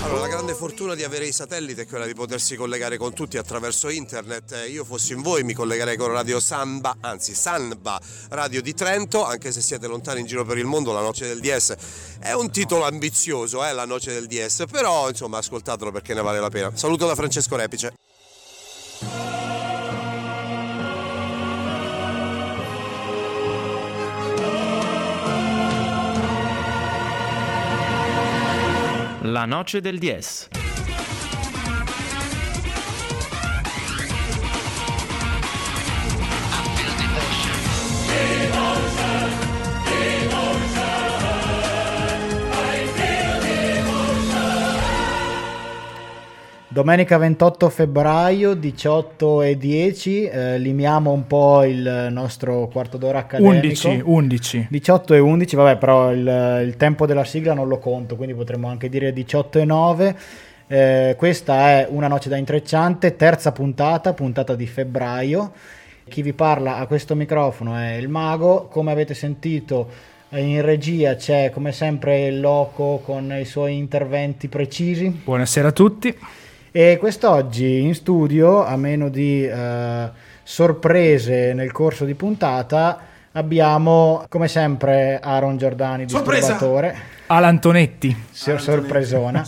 Allora, la grande fortuna di avere i satelliti è quella di potersi collegare con tutti attraverso internet. Io fossi in voi mi collegherei con Radio Samba, anzi Sanba Radio di Trento, anche se siete lontani in giro per il mondo. La Noce del DS è un titolo ambizioso, La Noce del DS, però insomma ascoltatelo perché ne vale la pena. Saluto da Francesco Repice. La Noce del DS. Domenica 28 febbraio, 18:10, limiamo un po' il nostro quarto d'ora accademico. 11. 18 e 11, vabbè, però il tempo della sigla non lo conto, quindi potremmo anche dire 18 e 9. Questa è Una Noce da Intrecciante, terza puntata di febbraio. Chi vi parla a questo microfono è il Mago. Come avete sentito in regia c'è come sempre il Loco con i suoi interventi precisi. Buonasera a tutti. E quest'oggi in studio, a meno di sorprese nel corso di puntata, abbiamo come sempre Aaron Giordani, disturbatore. Alan Tonetti. Sorpresona.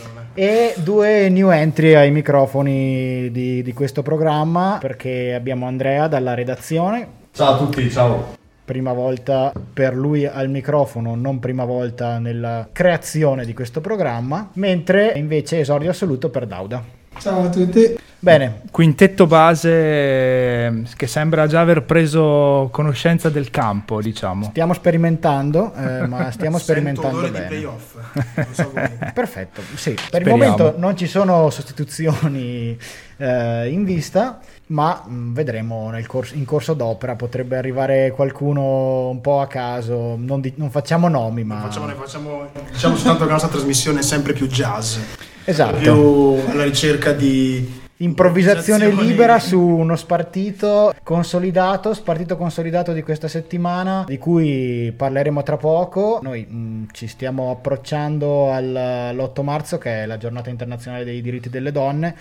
E due new entry ai microfoni di questo programma, perché abbiamo Andrea dalla redazione. Ciao a tutti, ciao. Prima volta per lui al microfono, non prima volta nella creazione di questo programma, mentre invece esordio assoluto per Dauda. Ciao a tutti. Bene. Quintetto base che sembra già aver preso conoscenza del campo, diciamo. Stiamo sperimentando, ma stiamo sperimentando bene. Di playoff. Non so voi. Perfetto, sì. Per il momento non ci sono sostituzioni in vista, ma vedremo in corso d'opera. Potrebbe arrivare qualcuno un po' a caso, non facciamo nomi, ma Diciamo soltanto che la nostra trasmissione è sempre più jazz. Esatto. Più alla ricerca di improvvisazione libera su uno spartito consolidato di questa settimana, di cui parleremo tra poco. Noi ci stiamo approcciando all'8 marzo, che è la giornata internazionale dei diritti delle donne.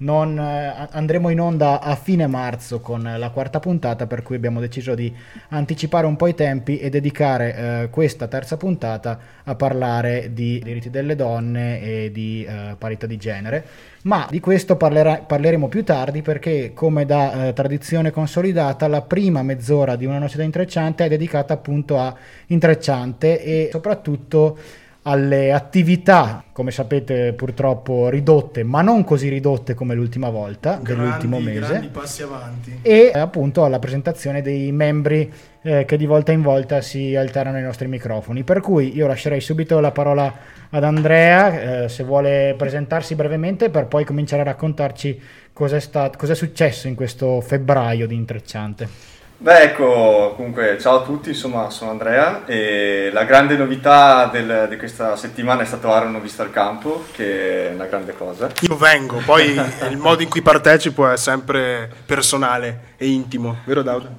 Andremo in onda a fine marzo con la quarta puntata, per cui abbiamo deciso di anticipare un po' i tempi e dedicare questa terza puntata a parlare di diritti delle donne e di parità di genere. Ma di questo parleremo più tardi, perché come da tradizione consolidata la prima mezz'ora di Una Noce da Intrecciante è dedicata appunto a Intrecciante e soprattutto alle attività, come sapete purtroppo ridotte, ma non così ridotte come l'ultima volta, dell'ultimo mese. Grandi passi avanti. E appunto alla presentazione dei membri che di volta in volta si alternano ai nostri microfoni. Per cui io lascerei subito la parola ad Andrea, se vuole presentarsi brevemente, per poi cominciare a raccontarci cos'è successo in questo febbraio di Intrecciante. Beh, ecco, comunque ciao a tutti, insomma sono Andrea e la grande novità di questa settimana è stato Aaron visto al campo, che è una grande cosa. Io vengo, poi il modo in cui partecipo è sempre personale e intimo, vero Dauda?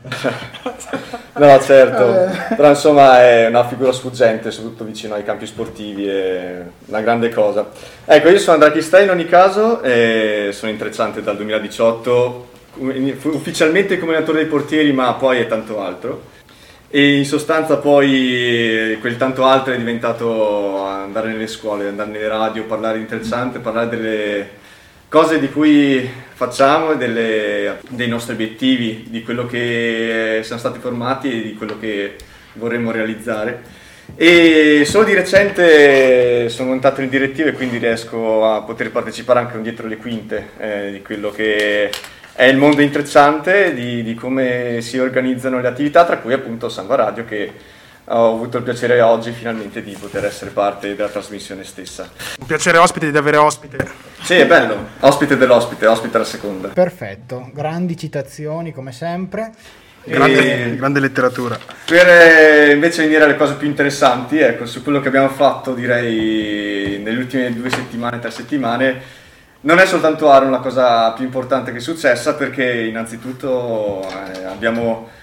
No, certo, però insomma è una figura sfuggente, soprattutto vicino ai campi sportivi, è una grande cosa. Ecco, io sono Andrea Chistè in ogni caso e sono Intrecciante dal 2018, ufficialmente come allenatore dei portieri, ma poi è tanto altro. E in sostanza poi quel tanto altro è diventato andare nelle scuole, andare nelle radio, parlare di Intrecciante, parlare delle cose di cui facciamo e dei nostri obiettivi, di quello che siamo stati formati e di quello che vorremmo realizzare. E solo di recente sono entrato in direttiva e quindi riesco a poter partecipare anche un dietro le quinte di quello che è il mondo Intrecciante, di come si organizzano le attività, tra cui appunto Samba Radio, che ho avuto il piacere oggi finalmente di poter essere parte della trasmissione stessa. Un piacere ospite di avere ospite. Sì, è bello, ospite dell'ospite, ospite alla seconda. Perfetto, grandi citazioni come sempre. Grande letteratura. Per invece venire alle cose più interessanti, ecco, su quello che abbiamo fatto direi nelle ultime 2 settimane, 3 settimane, non è soltanto Aaron la cosa più importante che è successa, perché innanzitutto abbiamo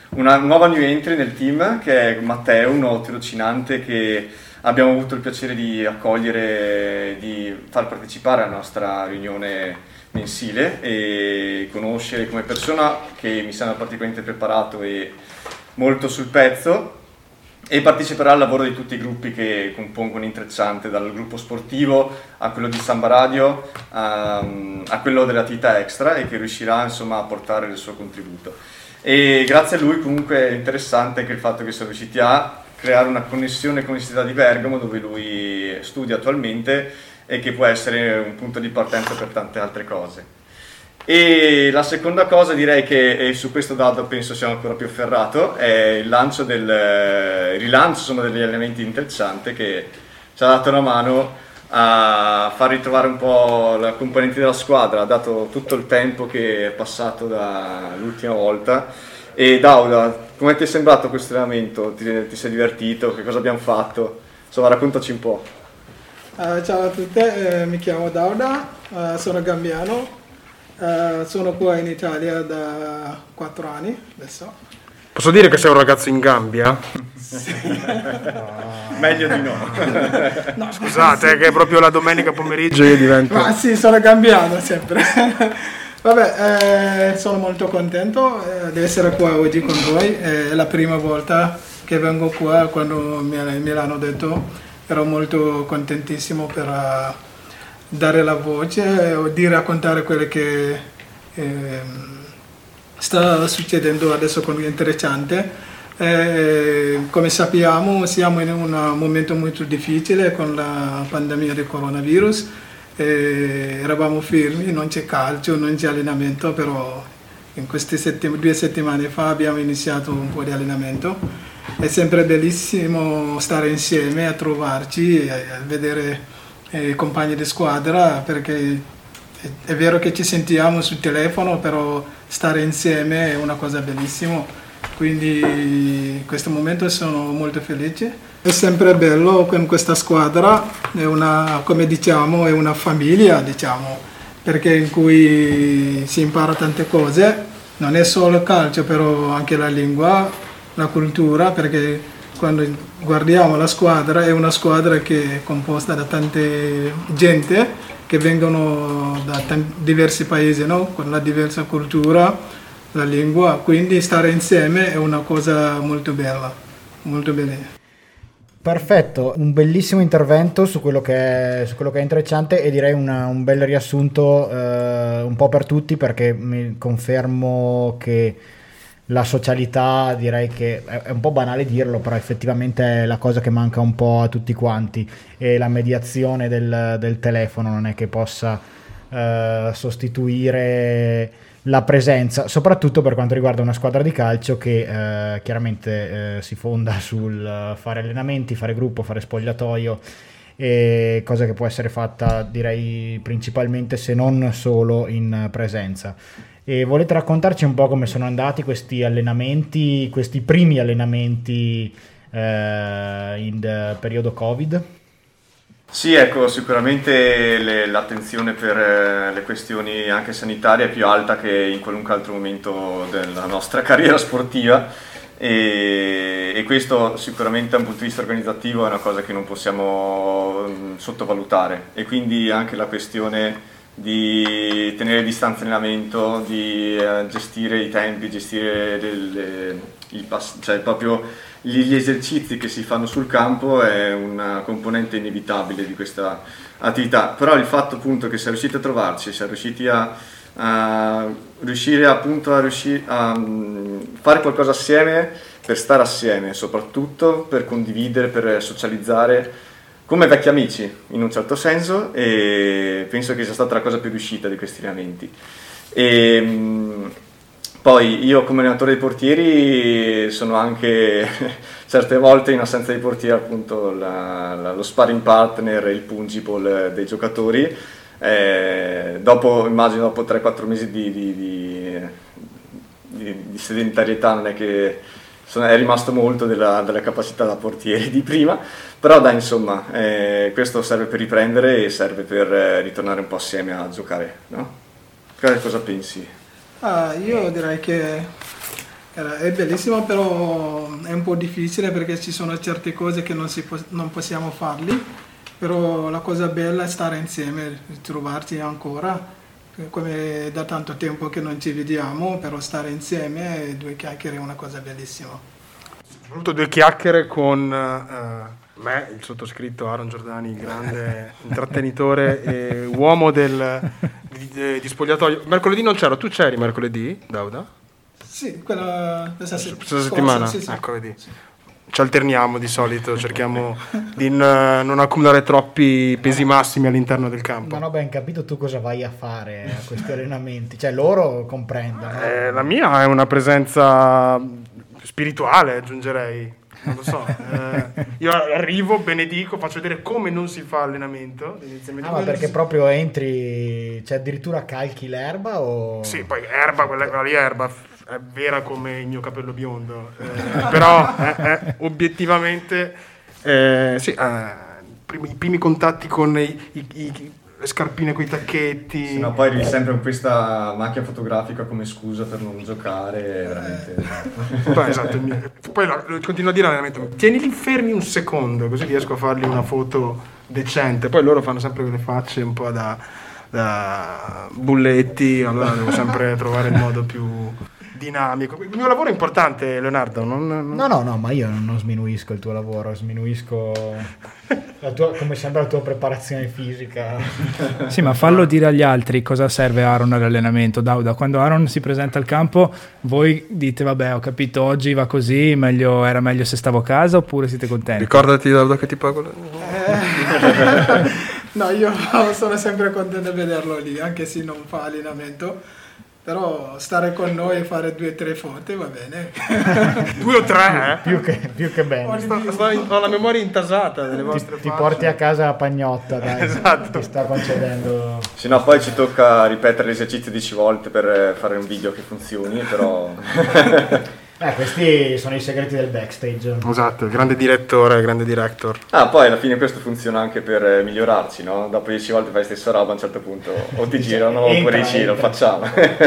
una nuova new entry nel team che è Matteo, un nuovo tirocinante che abbiamo avuto il piacere di accogliere, di far partecipare alla nostra riunione mensile e conoscere come persona che mi sembra particolarmente preparato e molto sul pezzo, e parteciperà al lavoro di tutti i gruppi che compongono Intrecciante, dal gruppo sportivo a quello di Samba Radio a quello delle attività extra, e che riuscirà insomma a portare il suo contributo. E grazie a lui comunque è interessante anche il fatto che siamo riusciti a creare una connessione con l'Università di Bergamo, dove lui studia attualmente e che può essere un punto di partenza per tante altre cose. E la seconda cosa, direi che, e su questo dato penso sia ancora più afferrato, è il rilancio degli allenamenti di Intrecciante, che ci ha dato una mano a far ritrovare un po' la componente della squadra, ha dato tutto il tempo che è passato dall'ultima volta. E Dauda, come ti è sembrato questo allenamento? Ti sei divertito? Che cosa abbiamo fatto? Insomma, raccontaci un po'. Ciao a tutti, mi chiamo Dauda, sono gambiano, sono qua in Italia da 4 anni adesso. Posso dire che sei un ragazzo in Gambia? Meglio di no. No, Scusate, che è proprio la domenica pomeriggio io divento... Ma sì, sono gambiano sempre. Vabbè, sono molto contento di essere qua oggi con voi, è la prima volta che vengo qua. Quando me l'hanno detto ero molto contentissimo per dare la voce o di raccontare quello che sta succedendo adesso con Intrecciante. Come sappiamo siamo in un momento molto difficile con la pandemia del coronavirus. Eravamo fermi, non c'è calcio, non c'è allenamento, però in queste 2 settimane fa abbiamo iniziato un po' di allenamento. È sempre bellissimo stare insieme, a trovarci, a vedere i compagni di squadra, perché è vero che ci sentiamo sul telefono, però stare insieme è una cosa bellissima. Quindi in questo momento sono molto felice. È sempre bello con questa squadra, è una, come diciamo, è una famiglia, diciamo, perché in cui si impara tante cose, non è solo il calcio, però anche la lingua, la cultura, perché quando guardiamo la squadra è una squadra che è composta da tante gente che vengono da diversi paesi, no? Con la diversa cultura, la lingua, quindi stare insieme è una cosa molto bella, molto bella. Perfetto, un bellissimo intervento su quello che è Intrecciante, e direi un bel riassunto un po' per tutti, perché mi confermo che la socialità, direi che è un po' banale dirlo, però effettivamente è la cosa che manca un po' a tutti quanti, e la mediazione del telefono non è che possa sostituire la presenza, soprattutto per quanto riguarda una squadra di calcio che chiaramente si fonda sul fare allenamenti, fare gruppo, fare spogliatoio, e cosa che può essere fatta, direi, principalmente, se non solo, in presenza. E volete raccontarci un po' come sono andati questi allenamenti, questi primi allenamenti in periodo Covid? Sì, ecco, sicuramente l'attenzione per le questioni anche sanitarie è più alta che in qualunque altro momento della nostra carriera sportiva, e questo sicuramente da un punto di vista organizzativo è una cosa che non possiamo sottovalutare, e quindi anche la questione di tenere distanza di allenamento, di gestire i tempi, gestire cioè proprio gli esercizi che si fanno sul campo è una componente inevitabile di questa attività. Però il fatto appunto che si è riusciti a trovarci, si è riusciti a fare qualcosa assieme, per stare assieme, soprattutto per condividere, per socializzare come vecchi amici in un certo senso, e penso che sia stata la cosa più riuscita di questi allenamenti. Poi io come allenatore dei portieri sono anche certe volte, in assenza dei portieri, appunto lo sparring partner e il pungiball dei giocatori. Immagino dopo 3-4 mesi di sedentarietà non è che è rimasto molto della capacità da portiere di prima, però dai, insomma, questo serve per riprendere e serve per ritornare un po' assieme a giocare, no? Cosa pensi? Io direi che È bellissimo, però è un po' difficile perché ci sono certe cose che non possiamo farli, però la cosa bella è stare insieme, trovarci ancora, come da tanto tempo che non ci vediamo, però stare insieme e 2 chiacchiere è una cosa bellissima. Soprattutto 2 chiacchiere con me, il sottoscritto Aaron Giordani, il grande intrattenitore e uomo di spogliatoio. Mercoledì non c'ero, tu c'eri mercoledì, Dauda? Sì, questa settimana? Sì, sì. Ecco, vedi. Ci alterniamo di solito, cerchiamo di non accumulare troppi pesi massimi all'interno del campo. Non ho ben capito tu cosa vai a fare a questi allenamenti, cioè loro comprendono. La mia è una presenza spirituale, aggiungerei. Non lo so. Io arrivo, benedico, faccio vedere come non si fa allenamento. Ma perché proprio entri, cioè addirittura calchi l'erba o... Sì, poi erba, quella lì è erba. È vera come il mio capello biondo, però obiettivamente sì, i primi contatti con le scarpine con i tacchetti. Sì, no, poi arrivi sempre con questa macchina fotografica come scusa per non giocare, veramente. Poi, esatto, poi continuo a dire all'allenamento: tienili fermi un secondo, così riesco a fargli una foto decente. Poi loro fanno sempre quelle facce un po' da bulletti, allora devo sempre trovare il modo più dinamico. Il mio lavoro è importante, Leonardo. No, ma io non sminuisco il tuo lavoro, sminuisco come sembra la tua preparazione fisica. Sì, ma fallo dire agli altri cosa serve Aaron all'allenamento. Dauda, quando Aaron si presenta al campo, voi dite vabbè, ho capito, oggi va così, era meglio se stavo a casa, oppure siete contenti? Ricordati, Dauda, che ti pago. No, io sono sempre contento di vederlo lì, anche se non fa allenamento. Però stare con noi e fare 2 o 3 foto va bene. 2 o 3? Più che bene. Ho la memoria intasata delle vostre ti porti a casa la pagnotta, dai. Esatto. Ti sta concedendo. Sì, no, poi ci tocca ripetere l'esercizio 10 volte per fare un video che funzioni, però... Questi sono i segreti del backstage. Esatto, il grande direttore, grande director. Poi alla fine questo funziona anche per migliorarci, no? Dopo 10 volte fai stessa roba, a un certo punto o ti girano oppure dici lo facciamo.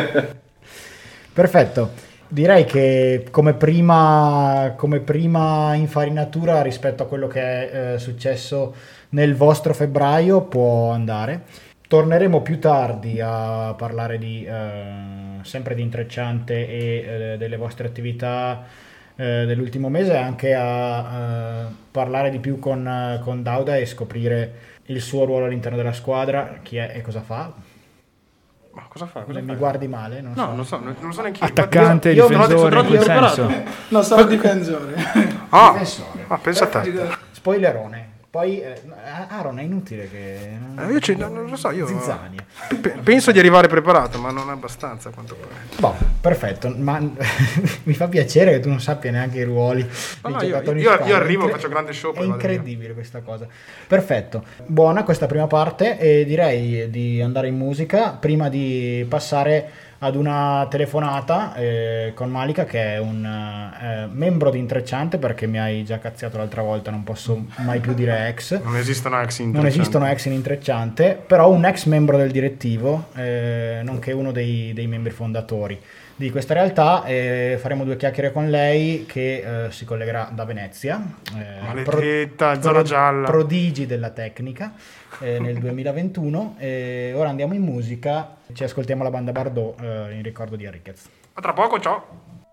Perfetto. Direi che come prima infarinatura rispetto a quello che è successo nel vostro febbraio può andare. Torneremo più tardi a parlare sempre di Intrecciante e delle vostre attività dell'ultimo mese, anche a parlare di più con Dauda e scoprire il suo ruolo all'interno della squadra, chi è e cosa fa. Ma cosa fa? Mi guardi male? Non so neanche io. Attaccante, difensore, in quel senso. Non sono difensore. Difensore. Pensa a te. Spoilerone. Poi Aaron è inutile che non lo so, io zizzani. Penso di arrivare preparato, ma non è abbastanza a quanto pare. Perfetto, ma mi fa piacere che tu non sappia neanche i ruoli dei giocatori. Io arrivo, faccio grande show. È incredibile questa cosa. Perfetto, buona questa prima parte e direi di andare in musica prima di passare ad una telefonata con Malika, che è un membro di Intrecciante, perché mi hai già cazziato l'altra volta, non posso mai più dire ex. Non esistono ex in Intrecciante, però un ex membro del direttivo, nonché uno dei membri fondatori di questa realtà. Faremo 2 chiacchiere con lei, che si collegherà da Venezia, maledetta zona gialla, prodigi della tecnica nel 2021. Ora andiamo in musica, ci ascoltiamo la banda Bardot in ricordo di Enriquez. A tra poco, ciao.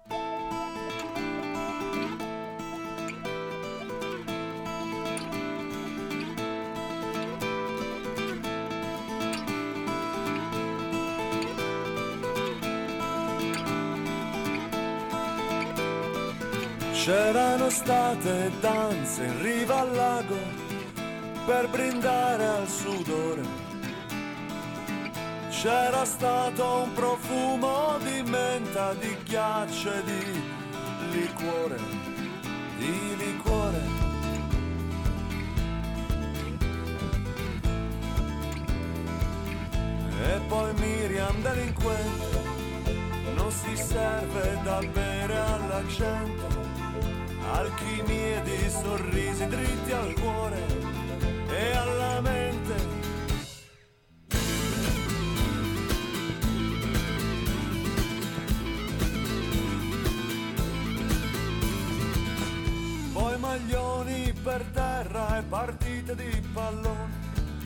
C'erano state danze in riva al lago per brindare al sudore. C'era stato un profumo di menta, di ghiaccio e di liquore, E poi Miriam delinquente, non si serve da bere alla gente. Alchimie di sorrisi dritti al cuore e alla mente. per terra e partite di pallone.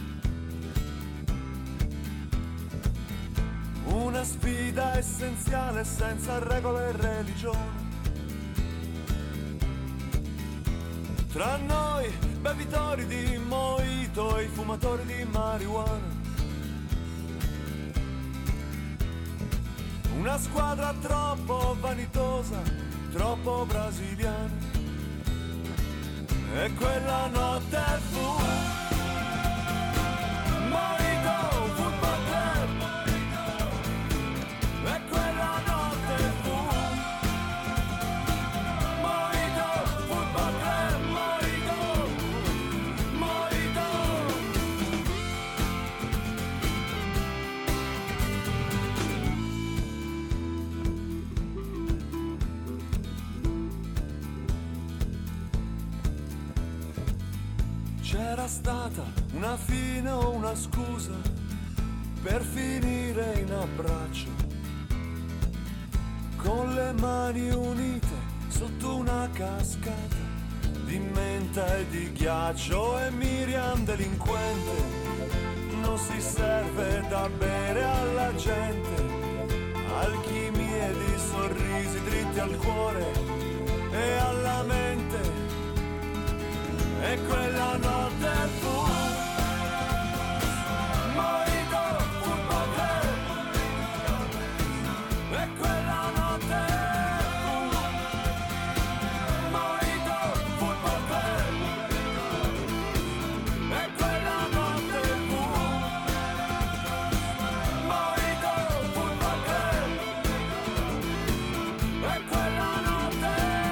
Una sfida essenziale senza regole e religione. Tra noi, bevitori di mojito e i fumatori di marijuana. Una squadra troppo vanitosa, troppo brasiliana. E quella notte fu Mojito Football Club. E quella notte fu Mojito Football Club. Mojito, Mojito. C'era stata una fine o una scusa per finire in abbraccio, con le mani unite sotto una cascata di menta e di ghiaccio. E Miriam delinquente non si serve da bere alla gente, alchimie di sorrisi dritti al cuore e alla mente. E quella notte fu Mojito Football Club. E quella notte fu Mojito Football Club. E quella notte fu Mojito Football Club. E quella notte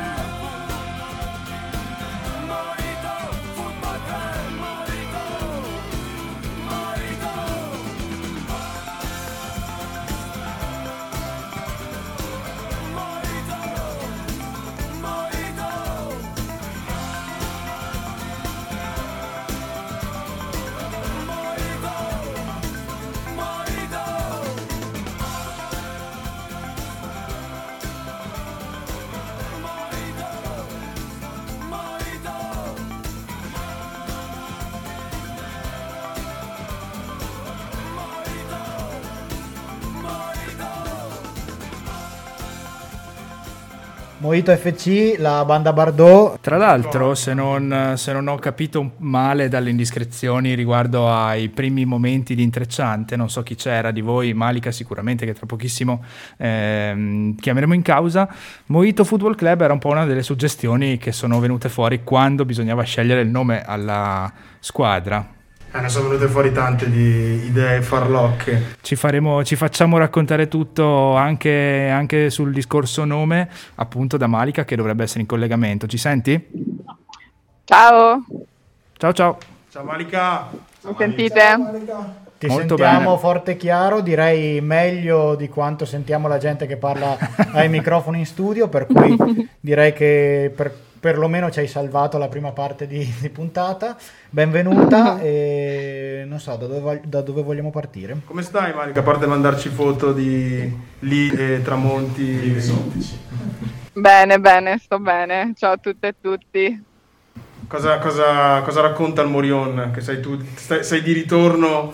Mojito FC, la banda Bardot. Tra l'altro, se non ho capito male dalle indiscrezioni riguardo ai primi momenti di Intrecciante, non so chi c'era di voi, Malika sicuramente, che tra pochissimo chiameremo in causa, Mojito Football Club era un po' una delle suggestioni che sono venute fuori quando bisognava scegliere il nome alla squadra. Ne sono venute fuori tante di idee farlocche. Ci facciamo raccontare tutto anche sul discorso nome, appunto, da Malika, che dovrebbe essere in collegamento. Ci senti? Ciao. Ciao. Ciao Malika. Mi sentite? Ti Molto sentiamo bene. forte e chiaro, direi meglio di quanto sentiamo la gente che parla ai microfoni in studio, per cui direi che perlomeno ci hai salvato la prima parte di puntata. Benvenuta e non so da dove vogliamo partire. Come stai Malika? A parte mandarci foto di lì e tramonti esotici. Bene, sto bene. Ciao a tutte e tutti. Cosa racconta il Morion? Che sei tu? Sei di ritorno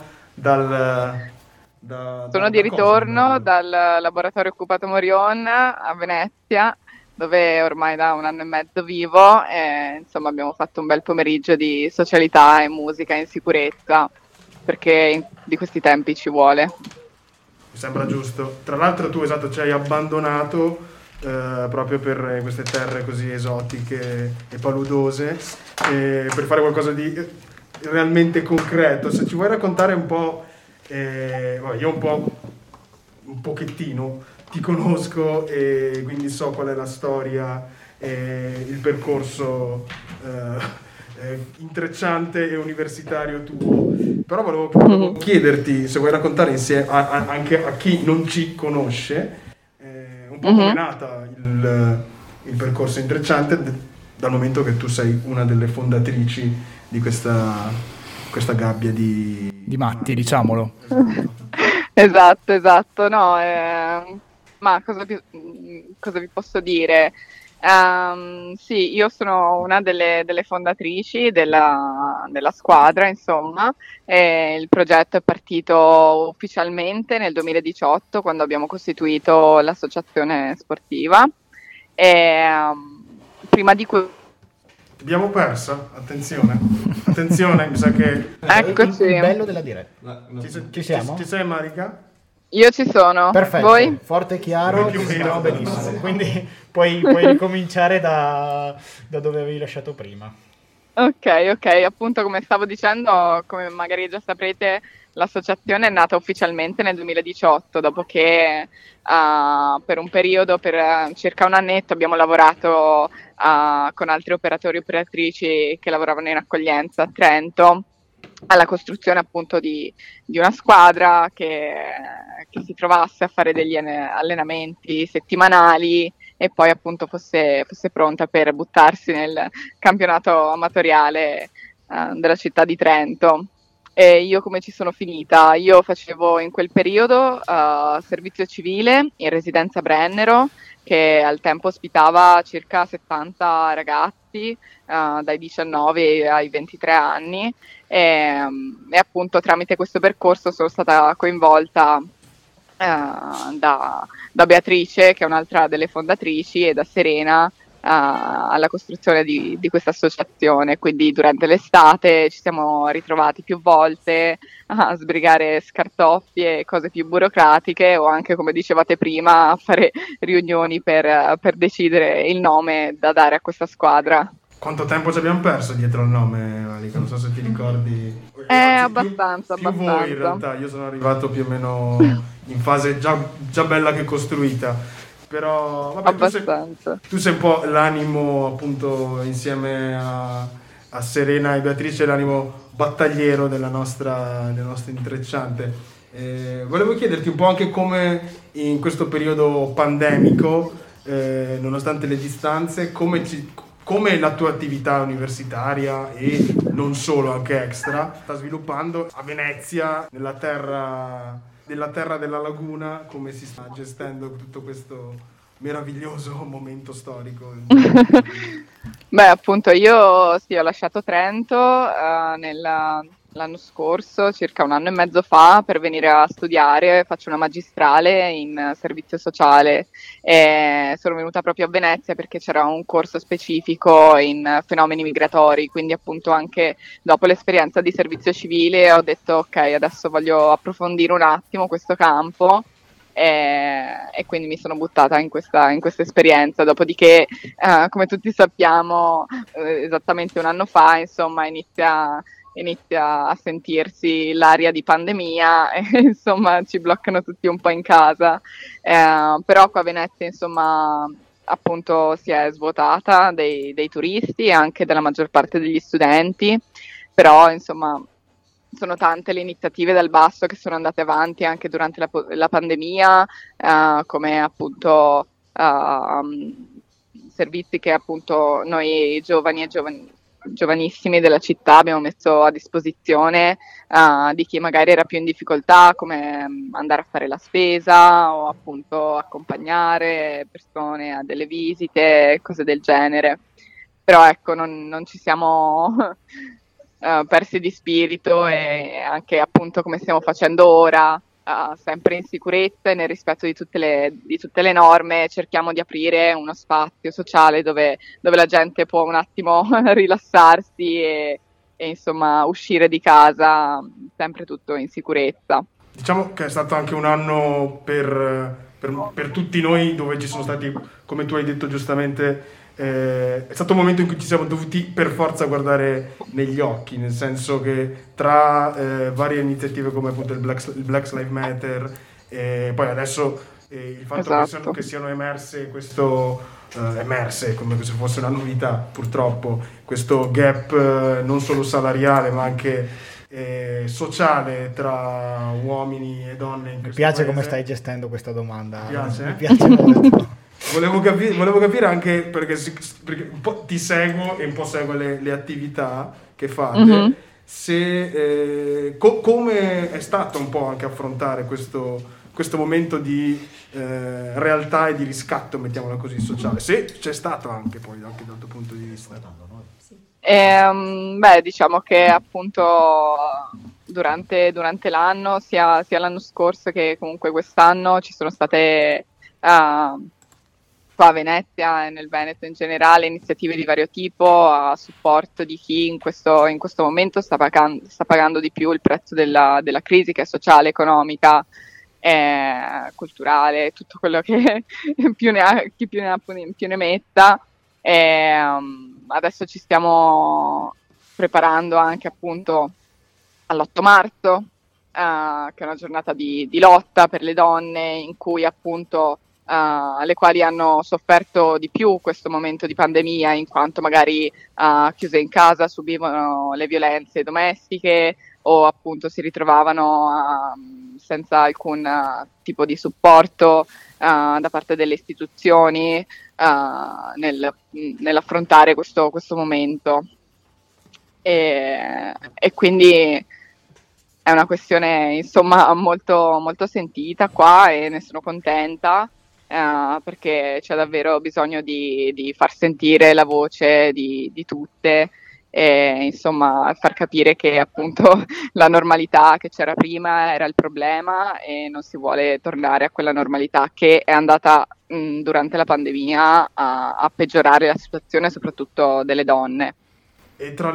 Sono di ritorno dal laboratorio occupato Morion a Venezia, dove ormai da 1 anno e mezzo vivo, e insomma abbiamo fatto un bel pomeriggio di socialità e musica in sicurezza, perché di questi tempi ci vuole. Mi sembra giusto. Tra l'altro tu, esatto, ci hai abbandonato proprio per queste terre così esotiche e paludose, per fare qualcosa di realmente concreto. Se ci vuoi raccontare un po', io un pochettino ti conosco e quindi so qual è la storia e il percorso intrecciante e universitario tuo, però volevo chiederti se vuoi raccontare insieme anche a chi non ci conosce un po' come è nata il percorso intrecciante, dal momento che tu sei una delle fondatrici di questa gabbia di matti, diciamolo. Esatto, no, ma cosa vi posso dire? Sì, io sono una delle fondatrici della squadra, insomma, e il progetto è partito ufficialmente nel 2018 quando abbiamo costituito l'associazione sportiva. E, prima di cui... Abbiamo persa, attenzione, attenzione, mi sa che... Eccoci. Il bello della diretta. Ci siamo? Ci sei, Marica? Io ci sono. Perfetto, Voi? forte e chiaro, Noi più ci o meno. sentiamo benissimo. Quindi puoi ricominciare da dove avevi lasciato prima. Ok, appunto come stavo dicendo, come magari già saprete, l'associazione è nata ufficialmente nel 2018, dopo che per un periodo, per circa un annetto, abbiamo lavorato con altri operatori e operatrici che lavoravano in accoglienza a Trento, alla costruzione appunto di una squadra che si trovasse a fare degli allenamenti settimanali e poi appunto fosse pronta per buttarsi nel campionato amatoriale della città di Trento. E io come ci sono finita? Io facevo in quel periodo servizio civile in residenza Brennero, che al tempo ospitava circa 70 ragazzi dai 19 ai 23 anni e appunto tramite questo percorso sono stata coinvolta da Beatrice, che è un'altra delle fondatrici, e da Serena alla costruzione di questa associazione. Quindi durante l'estate ci siamo ritrovati più volte a sbrigare scartoffie e cose più burocratiche, o anche, come dicevate prima, a fare riunioni per decidere il nome da dare a questa squadra. Quanto tempo ci abbiamo perso dietro al nome, Malika? Non so se ti ricordi. Abbastanza. Più voi in realtà, io sono arrivato più o meno in fase già bella che costruita. Però vabbè, tu sei un po' l'animo, appunto, insieme a Serena e Beatrice, l'animo battagliero della nostra intrecciante. Volevo chiederti un po' anche come in questo periodo pandemico, nonostante le distanze, come la tua attività universitaria e non solo, anche extra, sta sviluppando a Venezia, nella terra della laguna, come si sta gestendo tutto questo meraviglioso momento storico. Beh, appunto, io sì, ho lasciato Trento l'anno scorso, circa un anno e mezzo fa, per venire a studiare. Faccio una magistrale in servizio sociale e sono venuta proprio a Venezia perché c'era un corso specifico in fenomeni migratori, quindi appunto anche dopo l'esperienza di servizio civile ho detto ok, adesso voglio approfondire un attimo questo campo. E quindi mi sono buttata in questa esperienza. Dopodiché, come tutti sappiamo, esattamente un anno fa, insomma, inizia a sentirsi l'aria di pandemia e insomma ci bloccano tutti un po' in casa. Però qua a Venezia, insomma, appunto si è svuotata dei turisti e anche della maggior parte degli studenti, però insomma sono tante le iniziative dal basso che sono andate avanti anche durante la pandemia, come appunto servizi che appunto noi giovani e giovanissimi della città abbiamo messo a disposizione di chi magari era più in difficoltà, come andare a fare la spesa o appunto accompagnare persone a delle visite, cose del genere. Però ecco, non ci siamo persi di spirito, e anche appunto come stiamo facendo ora, sempre in sicurezza e nel rispetto di tutte le norme, cerchiamo di aprire uno spazio sociale dove la gente può un attimo rilassarsi e insomma uscire di casa, sempre tutto in sicurezza. Diciamo che è stato anche un anno per tutti noi, dove ci sono stati, come tu hai detto giustamente, è stato un momento in cui ci siamo dovuti per forza guardare negli occhi, nel senso che tra varie iniziative come appunto il Black Lives Matter e poi adesso il fatto che siano emerse come se fosse una novità, purtroppo, questo gap non solo salariale ma anche sociale tra uomini e donne in questo piace paese. Come stai gestendo questa domanda. Mi piace molto. Volevo capire anche perché un po' ti seguo e un po' seguo le attività che fate, se come è stato un po' anche affrontare questo questo momento di realtà e di riscatto, mettiamola così, sociale, se c'è stato anche poi anche dal tuo punto di vista. Diciamo che appunto durante l'anno, sia l'anno scorso che comunque quest'anno, ci sono state qua a Venezia e nel Veneto in generale iniziative di vario tipo a supporto di chi in questo momento sta pagando di più il prezzo della crisi, che è sociale, economica, culturale, tutto quello che chi più ne ha più ne metta. Adesso ci stiamo preparando anche appunto all'8 marzo, che è una giornata di lotta per le donne, in cui appunto le quali hanno sofferto di più questo momento di pandemia, in quanto magari chiuse in casa subivano le violenze domestiche o appunto si ritrovavano senza alcun tipo di supporto da parte delle istituzioni nell'affrontare questo momento. E quindi è una questione insomma molto, molto sentita qua, e ne sono contenta, perché c'è davvero bisogno di far sentire la voce di tutte, e insomma far capire che appunto la normalità che c'era prima era il problema e non si vuole tornare a quella normalità che è andata durante la pandemia a peggiorare la situazione soprattutto delle donne. E tra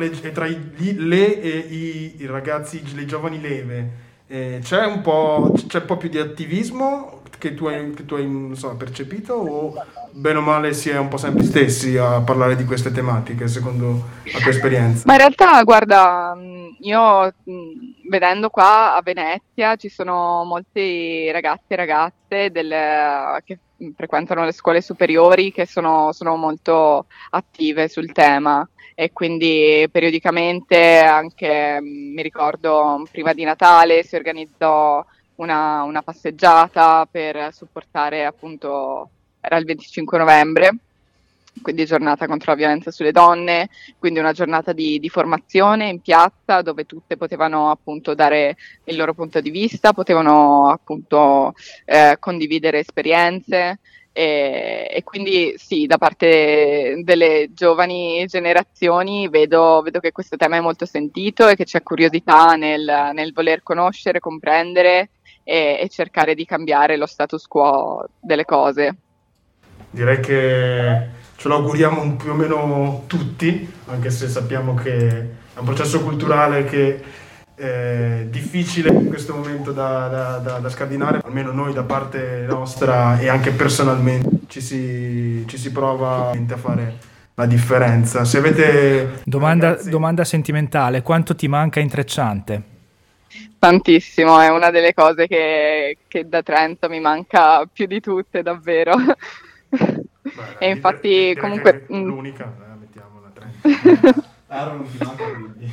i ragazzi, le giovani leve, c'è un po' più di attivismo che tu hai insomma, percepito, o bene o male si è un po' sempre stessi a parlare di queste tematiche, secondo la tua esperienza? Ma in realtà, guarda, io vedendo qua a Venezia ci sono molti ragazzi e ragazze che frequentano le scuole superiori che sono molto attive sul tema, e quindi periodicamente, anche mi ricordo prima di Natale, si organizzò una passeggiata per supportare, appunto, era il 25 novembre, quindi giornata contro la violenza sulle donne, quindi una giornata di formazione in piazza, dove tutte potevano appunto dare il loro punto di vista, potevano appunto condividere esperienze, e quindi sì, da parte delle giovani generazioni vedo che questo tema è molto sentito e che c'è curiosità nel voler conoscere, comprendere e cercare di cambiare lo status quo delle cose. Direi che ce lo auguriamo più o meno tutti, anche se sappiamo che è un processo culturale che è difficile in questo momento da scardinare, almeno noi da parte nostra e anche personalmente ci si prova a fare la differenza. Se avete domanda sentimentale, quanto ti manca Intrecciante? Tantissimo, è una delle cose che da Trento mi manca più di tutte, davvero. E infatti comunque l'unica, mettiamola Trento. Non ti manca, quindi.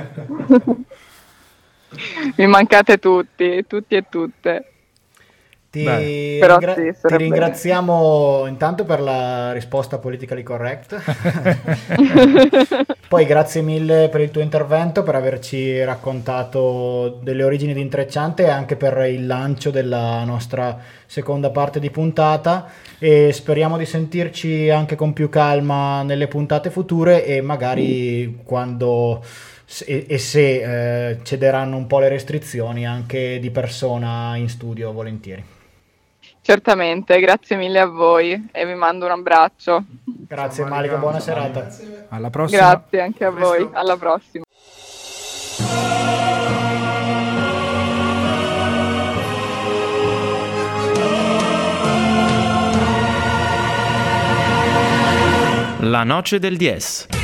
Mi mancate tutti e tutte. Ti sì, ringraziamo intanto per la risposta politically correct. Poi grazie mille per il tuo intervento, per averci raccontato delle origini di Intrecciante e anche per il lancio della nostra seconda parte di puntata, e speriamo di sentirci anche con più calma nelle puntate future, e magari quando se cederanno un po' le restrizioni, anche di persona in studio, volentieri. Certamente, grazie mille a voi e vi mando un abbraccio. Grazie Malika, buona serata. Alla prossima. Grazie anche a voi, alla prossima. La noce del 10.